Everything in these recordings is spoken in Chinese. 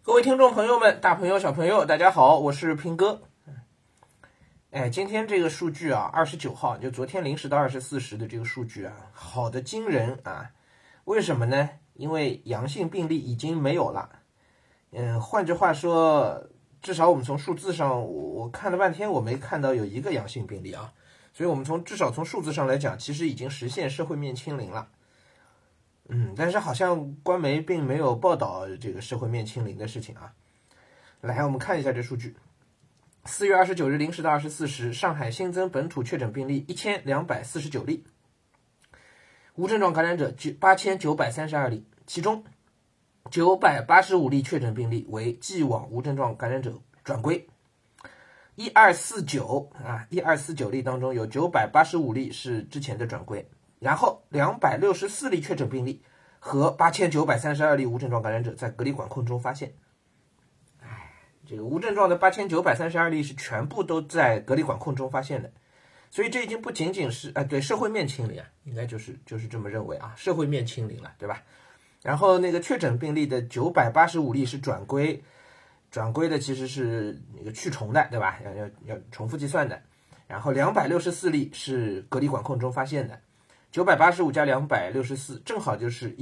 各位听众朋友们，大朋友小朋友大家好，我是平哥。今天这个数据啊，29号就昨天0时到24时的这个数据啊，好的惊人啊。为什么呢？因为阳性病例已经没有了。换句话说，至少我们从数字上，我看了半天我没看到有一个阳性病例啊，所以我们至少从数字上来讲，其实已经实现社会面清零了。但是好像官媒并没有报道这个社会面清零的事情啊。来，我们看一下这数据。4月29日0时到24时，上海新增本土确诊病例1249例，无症状感染者8932例，其中985例确诊病例为既往无症状感染者转归。1249例当中有985例是之前的转归，然后264例确诊病例和8932例无症状感染者在隔离管控中发现。这个无症状的8932例是全部都在隔离管控中发现的，所以这已经不仅仅是对社会面清零啊，应该就是这么认为啊，社会面清零了，对吧？然后那个确诊病例的985例是转归的其实是那个去重的，对吧？要重复计算的。然后264例是隔离管控中发现的，985加264正好就是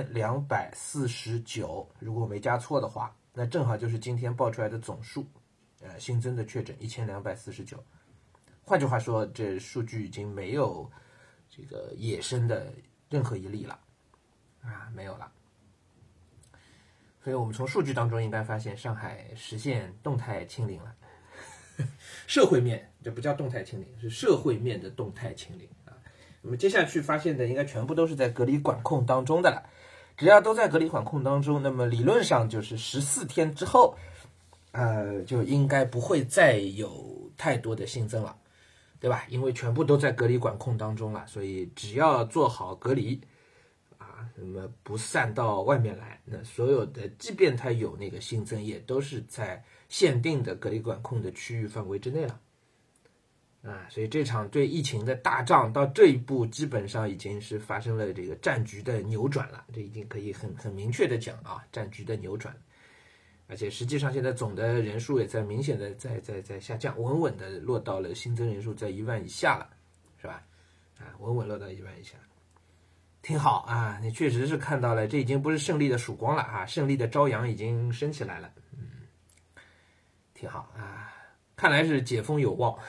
1249，如果我没加错的话。那正好就是今天报出来的总数，新增的确诊1249。换句话说，这数据已经没有这个野生的任何一例了，没有了。所以我们从数据当中应该发现，上海实现动态清零了。社会面，这不叫动态清零，是社会面的动态清零啊。那么接下去发现的应该全部都是在隔离管控当中的了。只要都在隔离管控当中，那么理论上就是14天之后，就应该不会再有太多的新增了，对吧？因为全部都在隔离管控当中了，所以只要做好隔离那么不散到外面来，那所有的即便它有那个新增，也都是在限定的隔离管控的区域范围之内了。所以这场对疫情的大仗到这一步，基本上已经是发生了这个战局的扭转了，这已经可以很明确的讲啊，战局的扭转。而且实际上现在总的人数也在明显的在下降，稳稳的落到了新增人数在1万以下了，是吧？稳稳落到1万以下，挺好啊！你确实是看到了，这已经不是胜利的曙光了啊，胜利的朝阳已经升起来了，挺好啊！看来是解封有望。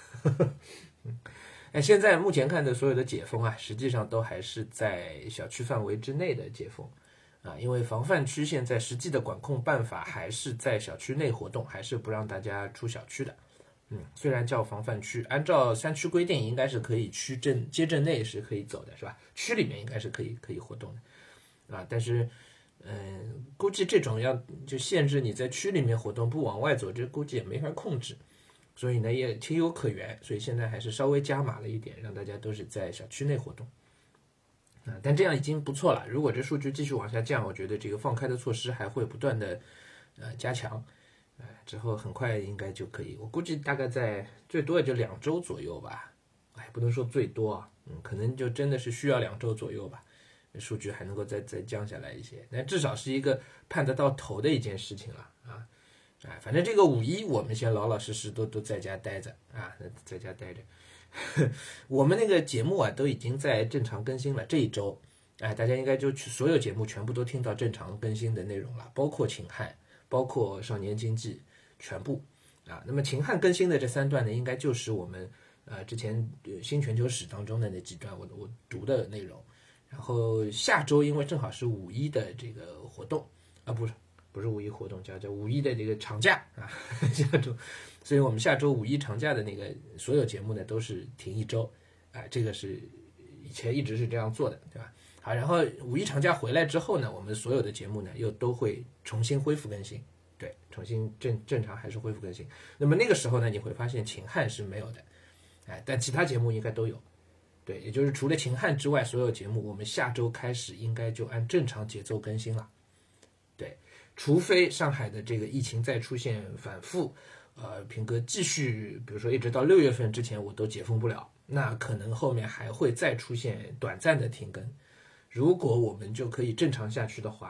现在目前看的所有的解封啊，实际上都还是在小区范围之内的解封因为防范区现在实际的管控办法还是在小区内活动，还是不让大家出小区的。虽然叫防范区，按照3区规定应该是可以街镇内是可以走的，是吧？区里面应该是可以活动的但是估计这种就限制你在区里面活动不往外走，这估计也没法控制。所以呢，也情有可原，所以现在还是稍微加码了一点，让大家都是在小区内活动但这样已经不错了。如果这数据继续往下降，我觉得这个放开的措施还会不断的加强之后很快应该就可以，我估计大概在最多也就2周左右吧，不能说最多可能就真的是需要2周左右吧，数据还能够再降下来一些，但至少是一个盼得到头的一件事情了反正这个5·1我们先老老实实都在家待着在家待着。我们那个节目都已经在正常更新了，这一周大家应该就所有节目全部都听到正常更新的内容了，包括秦汉，包括少年经济，全部那么秦汉更新的这3段呢，应该就是我们之前新全球史当中的那几段我读的内容。然后下周因为正好是5·1的这个活动不是5·1活动，叫5·1的这个长假下周，所以我们下周5·1长假的那个所有节目呢都是停1周这个是以前一直是这样做的，对吧？好，然后5·1长假回来之后呢，我们所有的节目呢又都会重新恢复更新，对，重新正常还是恢复更新。那么那个时候呢，你会发现秦汉是没有的但其他节目应该都有，对，也就是除了秦汉之外，所有节目我们下周开始应该就按正常节奏更新了，对。除非上海的这个疫情再出现反复，平哥继续，比如说一直到6月份之前我都解封不了，那可能后面还会再出现短暂的停更。如果我们就可以正常下去的话，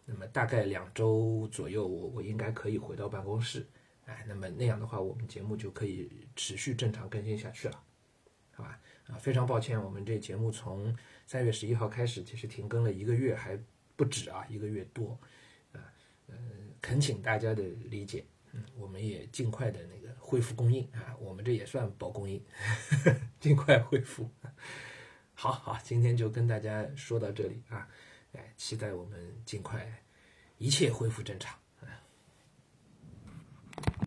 那么大概2周左右，我应该可以回到办公室，那么那样的话，我们节目就可以持续正常更新下去了，好吧？非常抱歉，我们这节目从3月11号开始，其实停更了1个月，还不止1个月多，恳请大家的理解，我们也尽快的恢复供应我们这也算保供应，尽快恢复。好，今天就跟大家说到这里期待我们尽快一切恢复正常。